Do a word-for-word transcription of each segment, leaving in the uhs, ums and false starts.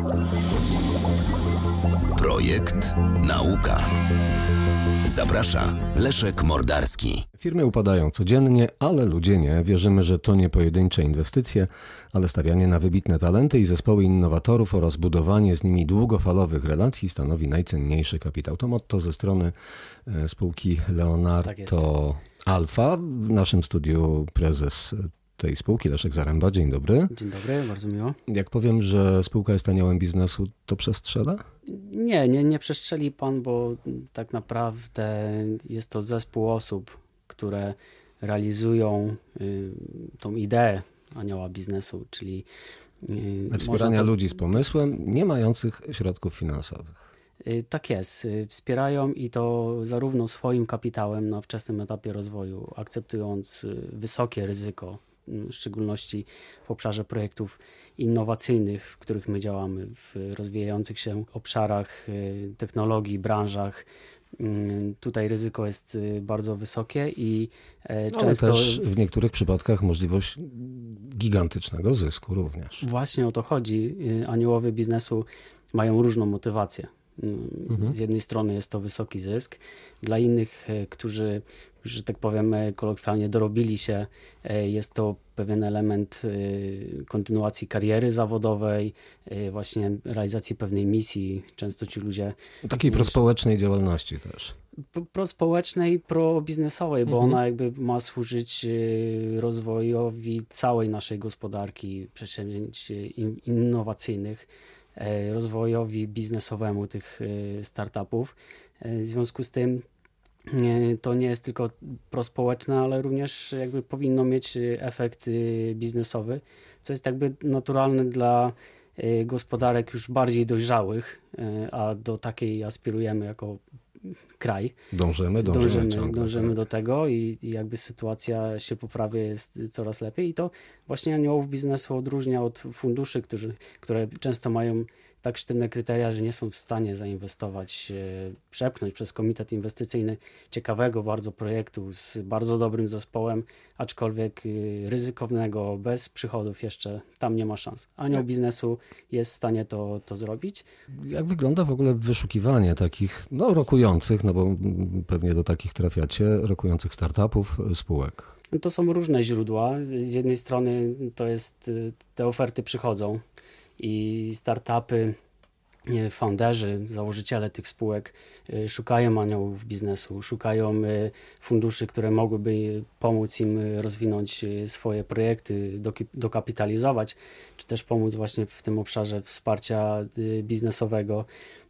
Projekt Nauka. Zaprasza Leszek Mordarski. Firmy upadają codziennie, ale ludzie nie. Wierzymy, że to nie pojedyncze inwestycje, ale stawianie na wybitne talenty i zespoły innowatorów oraz budowanie z nimi długofalowych relacji stanowi najcenniejszy kapitał. To motto ze strony spółki Leonardo Alfa. W naszym studiu prezes tej spółki, Leszek Zaręba. Dzień dobry. Dzień dobry, bardzo miło. Jak powiem, że spółka jest aniołem biznesu, to przestrzela? Nie, nie, nie przestrzeli pan, bo tak naprawdę jest to zespół osób, które realizują y, tą ideę anioła biznesu, czyli y, wspierania to... ludzi z pomysłem, nie mających środków finansowych. Y, tak jest. Y, wspierają i to zarówno swoim kapitałem na wczesnym etapie rozwoju, akceptując y, wysokie ryzyko, w szczególności w obszarze projektów innowacyjnych, w których my działamy, w rozwijających się obszarach technologii, branżach. Tutaj ryzyko jest bardzo wysokie i no, często... Ale też w niektórych przypadkach możliwość gigantycznego zysku również. Właśnie o to chodzi. Aniołowie biznesu mają różną motywację. Mhm. Z jednej strony jest to wysoki zysk, dla innych, którzy, że tak powiem kolokwialnie, dorobili się, jest to pewien element kontynuacji kariery zawodowej, właśnie realizacji pewnej misji. Często ci ludzie... Takiej prospołecznej działalności też. Prospołecznej, probiznesowej, bo mhm. ona jakby ma służyć rozwojowi całej naszej gospodarki, przedsięwzięć innowacyjnych, rozwojowi biznesowemu tych startupów. W związku z tym to nie jest tylko prospołeczne, ale również jakby powinno mieć efekt biznesowy, co jest jakby naturalne dla gospodarek już bardziej dojrzałych, a do takiej aspirujemy jako kraj. Dążymy, dążymy, dążymy, ciągle, dążymy tak. do tego i, i jakby sytuacja się poprawia, jest coraz lepiej i to właśnie aniołów biznesu odróżnia od funduszy, którzy, które często mają tak sztywne kryteria, że nie są w stanie zainwestować, e, przepchnąć przez komitet inwestycyjny ciekawego bardzo projektu z bardzo dobrym zespołem, aczkolwiek e, ryzykownego, bez przychodów jeszcze, tam nie ma szans. Anioł tak. biznesu jest w stanie to, to zrobić. Jak wygląda w ogóle wyszukiwanie takich, no rokujących, no bo pewnie do takich trafiacie, rokujących startupów, spółek? To są różne źródła. Z jednej strony to jest, te oferty przychodzą i startupy, founderzy, założyciele tych spółek szukają aniołów biznesu, szukają funduszy, które mogłyby pomóc im rozwinąć swoje projekty, dokapitalizować, czy też pomóc właśnie w tym obszarze wsparcia biznesowego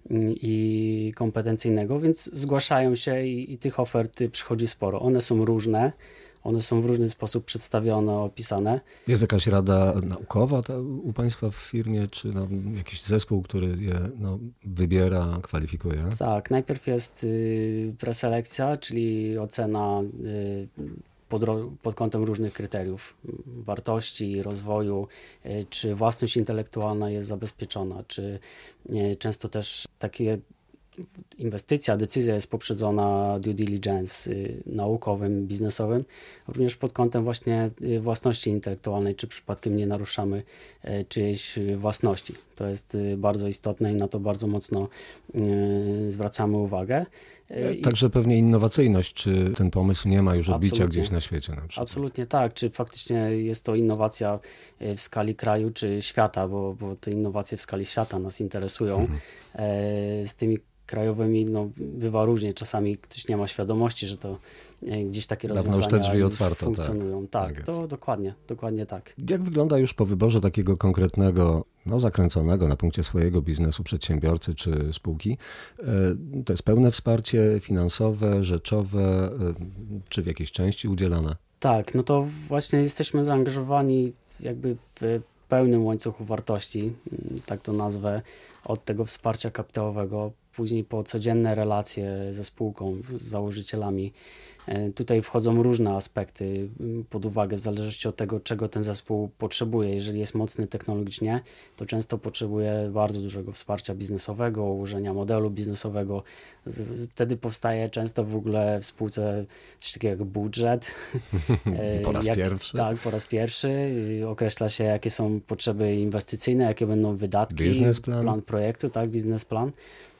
i kompetencyjnego, więc zgłaszają się i, i tych ofert przychodzi sporo. One są różne. One są w różny sposób przedstawione, opisane. Jest jakaś rada naukowa ta, u Państwa w firmie, czy no, jakiś zespół, który je no, wybiera, kwalifikuje? Tak, najpierw jest y, preselekcja, czyli ocena y, pod, pod kątem różnych kryteriów, wartości, rozwoju, y, czy własność intelektualna jest zabezpieczona, czy y, często też takie inwestycja, decyzja jest poprzedzona due diligence y, naukowym, biznesowym, również pod kątem właśnie y, własności intelektualnej, czy przypadkiem nie naruszamy y, czyjejś własności. To jest y, bardzo istotne i na to bardzo mocno y, zwracamy uwagę. Y, Także pewnie innowacyjność, czy ten pomysł nie ma już odbicia absolutnie. Gdzieś na świecie na przykład? Absolutnie tak, czy faktycznie jest to innowacja w skali kraju, czy świata, bo, bo te innowacje w skali świata nas interesują. Mhm. Y, z tymi krajowymi no, bywa różnie. Czasami ktoś nie ma świadomości, że to gdzieś takie Dawno rozwiązania już te drzwi otwarto, funkcjonują. Tak, tak, tak to jest. dokładnie, dokładnie tak. Jak wygląda już po wyborze takiego konkretnego, no zakręconego na punkcie swojego biznesu przedsiębiorcy czy spółki? To jest pełne wsparcie finansowe, rzeczowe, czy w jakiejś części udzielane? Tak, no to właśnie jesteśmy zaangażowani jakby w pełnym łańcuchu wartości, tak to nazwę, od tego wsparcia kapitałowego później po codzienne relacje ze spółką, z założycielami. Tutaj wchodzą różne aspekty pod uwagę, w zależności od tego, czego ten zespół potrzebuje. Jeżeli jest mocny technologicznie, to często potrzebuje bardzo dużego wsparcia biznesowego, ułożenia modelu biznesowego. Wtedy powstaje często w ogóle w spółce coś takiego jak budżet. Po raz jak, pierwszy. Tak, po raz pierwszy. Określa się, jakie są potrzeby inwestycyjne, jakie będą wydatki. Biznesplan. Plan projektu, tak, biznesplan.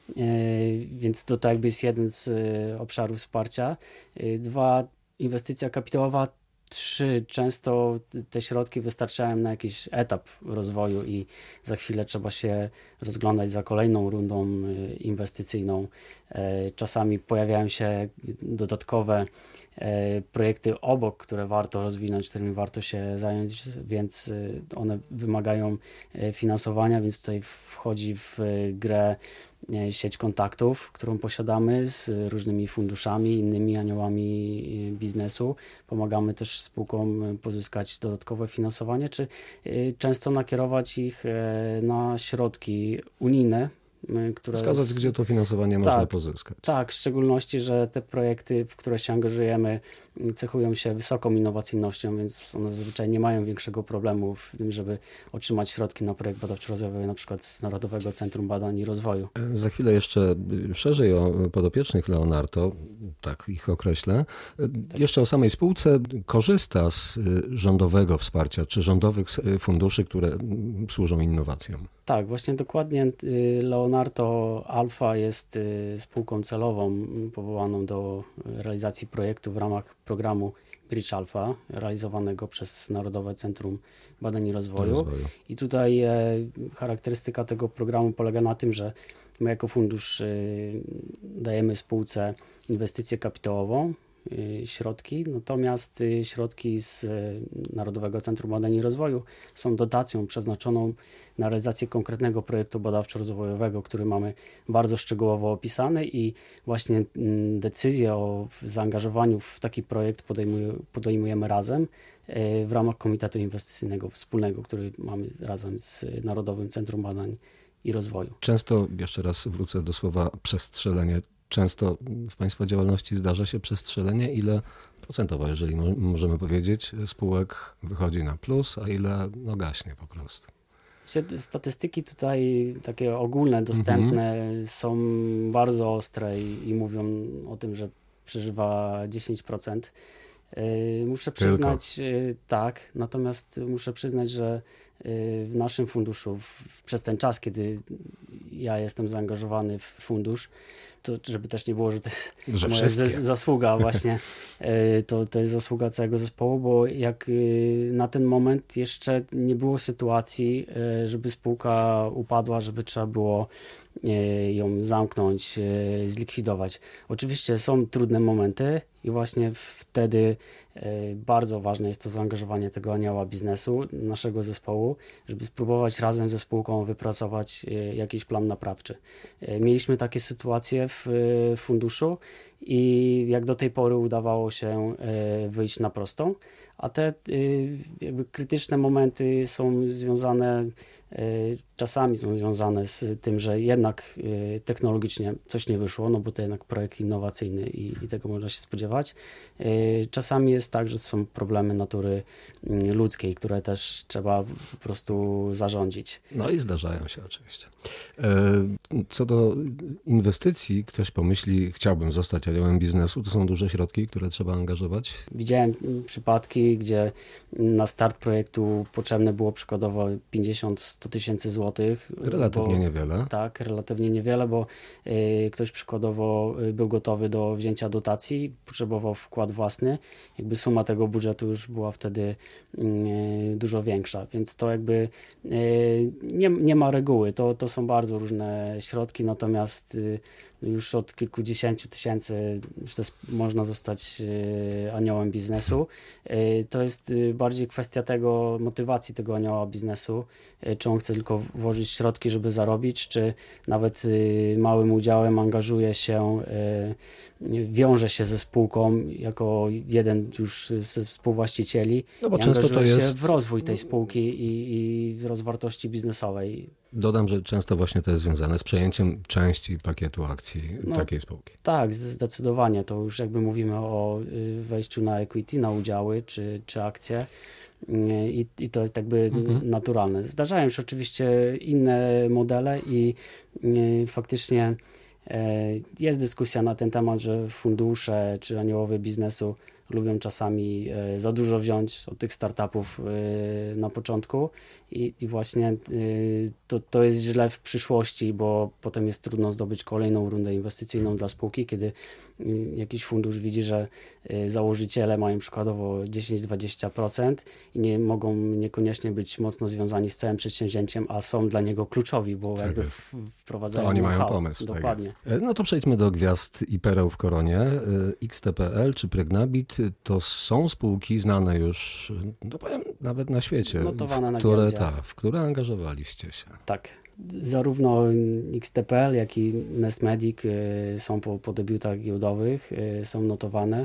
Więc to, to jakby jest jeden z obszarów wsparcia. Dwa, inwestycja kapitałowa. Trzy, często te środki wystarczają na jakiś etap rozwoju i za chwilę trzeba się rozglądać za kolejną rundą inwestycyjną. Czasami pojawiają się dodatkowe projekty obok, które warto rozwinąć, którymi warto się zająć, więc one wymagają finansowania, więc tutaj wchodzi w grę sieć kontaktów, którą posiadamy z różnymi funduszami, innymi aniołami biznesu. Pomagamy też spółkom pozyskać dodatkowe finansowanie, czy często nakierować ich na środki unijne, które... Wskazać, gdzie to finansowanie tak, można pozyskać. Tak, w szczególności, że te projekty, w które się angażujemy, cechują się wysoką innowacyjnością, więc one zazwyczaj nie mają większego problemu w tym, żeby otrzymać środki na projekt badawczo-rozwojowy, na przykład z Narodowego Centrum Badań i Rozwoju. Za chwilę jeszcze szerzej o podopiecznych Leonardo, tak ich określę. Tak. Jeszcze o samej spółce. Korzysta z rządowego wsparcia, czy rządowych funduszy, które służą innowacjom? Tak, właśnie dokładnie. Leonardo Alpha jest spółką celową powołaną do realizacji projektu w ramach programu Bridge Alpha, realizowanego przez Narodowe Centrum Badań i Rozwoju. Rozwoju. I tutaj e, charakterystyka tego programu polega na tym, że my jako fundusz e, dajemy spółce inwestycję kapitałową, e, środki, natomiast e, środki z e, Narodowego Centrum Badań i Rozwoju są dotacją przeznaczoną na realizację konkretnego projektu badawczo-rozwojowego, który mamy bardzo szczegółowo opisany i właśnie decyzję o zaangażowaniu w taki projekt podejmujemy razem w ramach Komitetu Inwestycyjnego Wspólnego, który mamy razem z Narodowym Centrum Badań i Rozwoju. Często, jeszcze raz wrócę do słowa przestrzelenie, często w Państwa działalności zdarza się przestrzelenie, ile procentowo, jeżeli możemy powiedzieć, spółek wychodzi na plus, a ile no gaśnie po prostu? Statystyki tutaj takie ogólne, dostępne mhm. są bardzo ostre i, i mówią o tym, że przeżywa dziesięć procent. Muszę przyznać, Tylko. tak, natomiast muszę przyznać, że w naszym funduszu w, przez ten czas, kiedy ja jestem zaangażowany w fundusz, to żeby też nie było, że to jest moja zasługa właśnie, to, to jest zasługa całego zespołu, bo jak na ten moment jeszcze nie było sytuacji, żeby spółka upadła, żeby trzeba było ją zamknąć, zlikwidować. Oczywiście są trudne momenty i właśnie wtedy bardzo ważne jest to zaangażowanie tego anioła biznesu, naszego zespołu, żeby spróbować razem ze spółką wypracować jakiś plan naprawczy. Mieliśmy takie sytuacje w funduszu i jak do tej pory udawało się wyjść na prostą, a te jakby krytyczne momenty są związane, czasami są związane z tym, że jednak technologicznie coś nie wyszło, no bo to jednak projekt innowacyjny i, i tego można się spodziewać. Czasami jest tak, że są problemy natury ludzkiej, które też trzeba po prostu zarządzić. No i zdarzają się oczywiście. Co do inwestycji, ktoś pomyśli, chciałbym zostać aniołem biznesu, to są duże środki, które trzeba angażować? Widziałem przypadki, gdzie na start projektu potrzebne było przykładowo pięćdziesiąt do stu tysięcy złotych. Relatywnie bo, niewiele. Tak, relatywnie niewiele, bo y, ktoś przykładowo był gotowy do wzięcia dotacji, potrzebował wkład własny. Jakby suma tego budżetu już była wtedy y, dużo większa, więc to jakby y, nie, nie ma reguły. To, to są bardzo różne środki, natomiast y, już od kilkudziesięciu tysięcy już to jest, można zostać y, aniołem biznesu. Y, to jest y, bardziej kwestia tego, motywacji tego anioła biznesu, y, czy on on chce tylko włożyć środki, żeby zarobić, czy nawet małym udziałem angażuje się, wiąże się ze spółką jako jeden już z współwłaścicieli no bo i często angażuje to się jest... w rozwój tej spółki i, i wzrost wartości biznesowej. Dodam, że często właśnie to jest związane z przejęciem części pakietu akcji No, takiej spółki. Tak, zdecydowanie. To już jakby mówimy o wejściu na equity, na udziały czy, czy akcje. I, i to jest jakby mhm. naturalne. Zdarzają się oczywiście inne modele i y, faktycznie y, jest dyskusja na ten temat, że fundusze czy aniołowie biznesu lubią czasami y, za dużo wziąć od tych startupów y, na początku i, i właśnie y, to, to jest źle w przyszłości, bo potem jest trudno zdobyć kolejną rundę inwestycyjną dla spółki, kiedy y, jakiś fundusz widzi, że y, założyciele mają przykładowo dziesięć do dwudziestu procent i nie mogą niekoniecznie być mocno związani z całym przedsięwzięciem, a są dla niego kluczowi, bo tak jakby w, wprowadzają to oni know-how. mają pomysł. Dokładnie. Tak no to przejdźmy do gwiazd i pereł w koronie. X T P L czy Pregnabit to są spółki znane już, no powiem, nawet na świecie, notowane na które, giełdzie. Ta, w które angażowaliście się. Tak. Zarówno X T P L, jak i Nestmedic są po, po debiutach giełdowych, są notowane.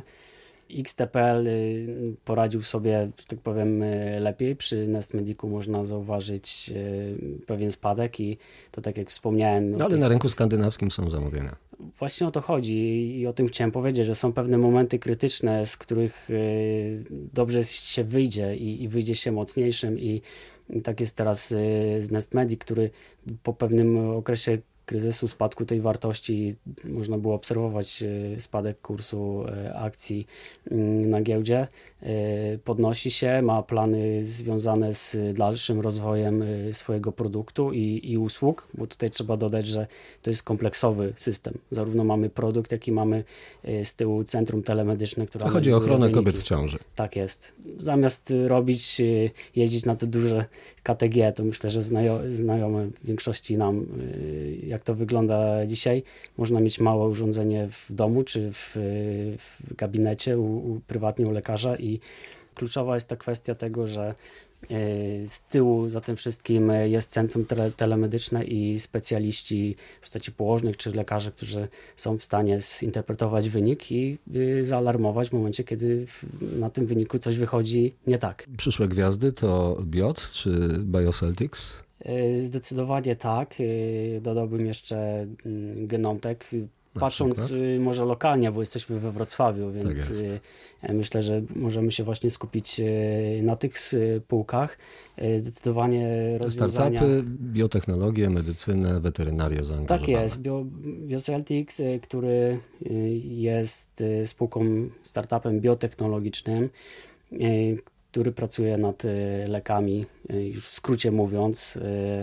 X T P L poradził sobie, że tak powiem, lepiej. Przy Nestmedicu można zauważyć pewien spadek i to tak jak wspomniałem... No, ale tych... na rynku skandynawskim są zamówienia. Właśnie o to chodzi i o tym chciałem powiedzieć, że są pewne momenty krytyczne, z których dobrze się wyjdzie i, i wyjdzie się mocniejszym i, i tak jest teraz z Nestmedic, który po pewnym okresie kryzysu, spadku tej wartości można było obserwować spadek kursu akcji na giełdzie. Podnosi się, ma plany związane z dalszym rozwojem swojego produktu i, i usług, bo tutaj trzeba dodać, że to jest kompleksowy system. Zarówno mamy produkt, jak i mamy z tyłu centrum telemedyczne, które chodzi o ochronę kobiet w ciąży. Tak jest. Zamiast robić, jeździć na te duże K T G, to myślę, że znajo- znajome większości nam, jak to wygląda dzisiaj. Można mieć małe urządzenie w domu czy w, w gabinecie, u, u, prywatnie u lekarza i kluczowa jest ta kwestia tego, że z tyłu za tym wszystkim jest centrum tele, telemedyczne i specjaliści w postaci położnych czy lekarze, którzy są w stanie zinterpretować wynik i zaalarmować w momencie, kiedy na tym wyniku coś wychodzi nie tak. Przyszłe gwiazdy to Bioc czy Bioceltics? Zdecydowanie tak. Dodałbym jeszcze Genomtech. Patrząc może lokalnie, bo jesteśmy we Wrocławiu, więc tak myślę, że możemy się właśnie skupić na tych spółkach. Zdecydowanie rozwiązania... Startupy, biotechnologie, medycynę, weterynarię zaangażowane. Tak jest. Bio, Bioceltics, który jest spółką, startupem biotechnologicznym, który pracuje nad lekami, już w skrócie mówiąc,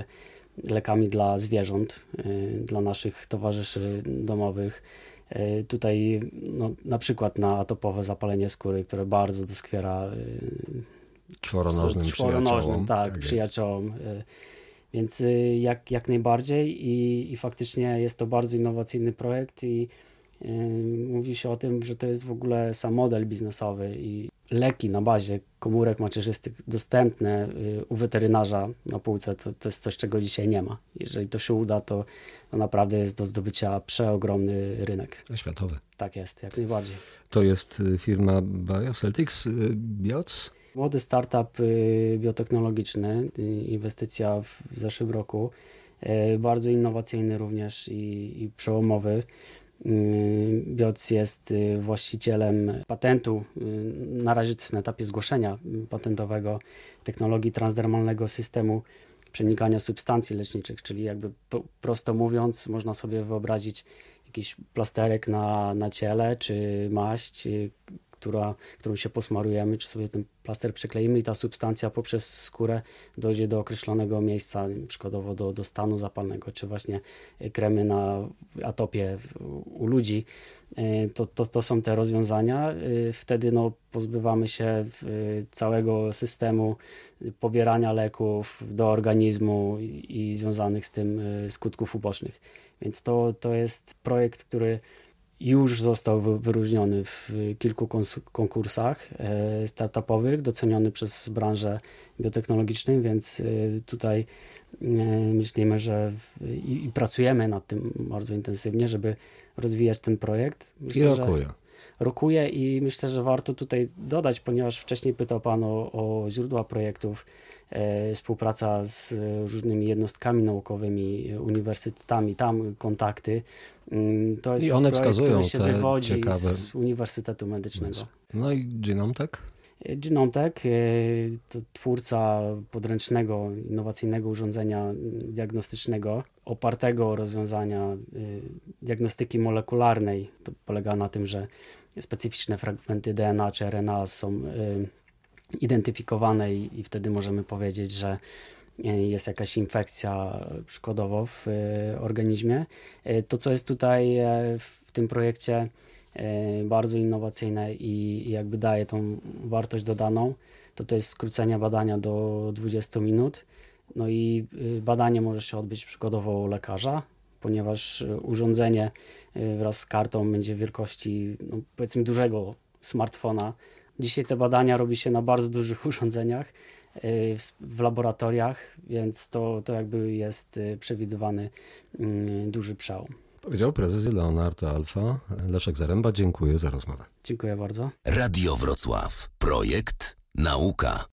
lekami dla zwierząt, dla naszych towarzyszy domowych. Tutaj no, na przykład na atopowe zapalenie skóry, które bardzo doskwiera czworonożnym, czworonożnym przyjaciołom. Tak, tak przyjaciołom. Więc jak, jak najbardziej i, i faktycznie jest to bardzo innowacyjny projekt i yy, mówi się o tym, że to jest w ogóle sam model biznesowy i leki na bazie komórek macierzystych dostępne u weterynarza na półce, to, to jest coś, czego dzisiaj nie ma. Jeżeli to się uda, to, to naprawdę jest do zdobycia przeogromny rynek. Światowy. Tak jest, jak najbardziej. To jest firma Bioceltics, Bioc? Młody startup biotechnologiczny, inwestycja w zeszłym roku, bardzo innowacyjny również i, i przełomowy. Bioc jest właścicielem patentu, na razie to jest na etapie zgłoszenia patentowego, technologii transdermalnego systemu przenikania substancji leczniczych, czyli jakby prosto mówiąc można sobie wyobrazić jakiś plasterek na, na ciele, czy maść, która, którą się posmarujemy, czy sobie ten plaster przykleimy i ta substancja poprzez skórę dojdzie do określonego miejsca, przykładowo do, do stanu zapalnego, czy właśnie kremy na atopie u ludzi. To, to, to są te rozwiązania. Wtedy no, pozbywamy się całego systemu pobierania leków do organizmu i, i związanych z tym skutków ubocznych. Więc to, to jest projekt, który już został wyróżniony w kilku konkursach startupowych, doceniony przez branżę biotechnologiczną, więc tutaj Myślimy, że w, i, i pracujemy nad tym bardzo intensywnie, żeby rozwijać ten projekt. Myślę, I rokuje. Rokuje i myślę, że warto tutaj dodać, ponieważ wcześniej pytał Pan o, o źródła projektów, e, współpraca z różnymi jednostkami naukowymi, uniwersytetami, tam kontakty. To jest I one projekt, wskazują który się te wywodzi ciekawe... z Uniwersytetu Medycznego. No i Genome-Tech? Genome-Tech to twórca podręcznego, innowacyjnego urządzenia diagnostycznego opartego o rozwiązania diagnostyki molekularnej. To polega na tym, że specyficzne fragmenty D N A czy R N A są identyfikowane i, i wtedy możemy powiedzieć, że jest jakaś infekcja przykładowo w organizmie. To, co jest tutaj w tym projekcie bardzo innowacyjne i jakby daje tą wartość dodaną, to to jest skrócenie badania do dwudziestu minut. No i badanie może się odbyć przykładowo u lekarza, ponieważ urządzenie wraz z kartą będzie wielkości, no powiedzmy, dużego smartfona. Dzisiaj te badania robi się na bardzo dużych urządzeniach w, w laboratoriach, więc to, to jakby jest przewidywany duży przełom. Powiedział prezes Leonardo Alfa. Leszek Zaręba, dziękuję za rozmowę. Dziękuję bardzo. Radio Wrocław. Projekt Nauka.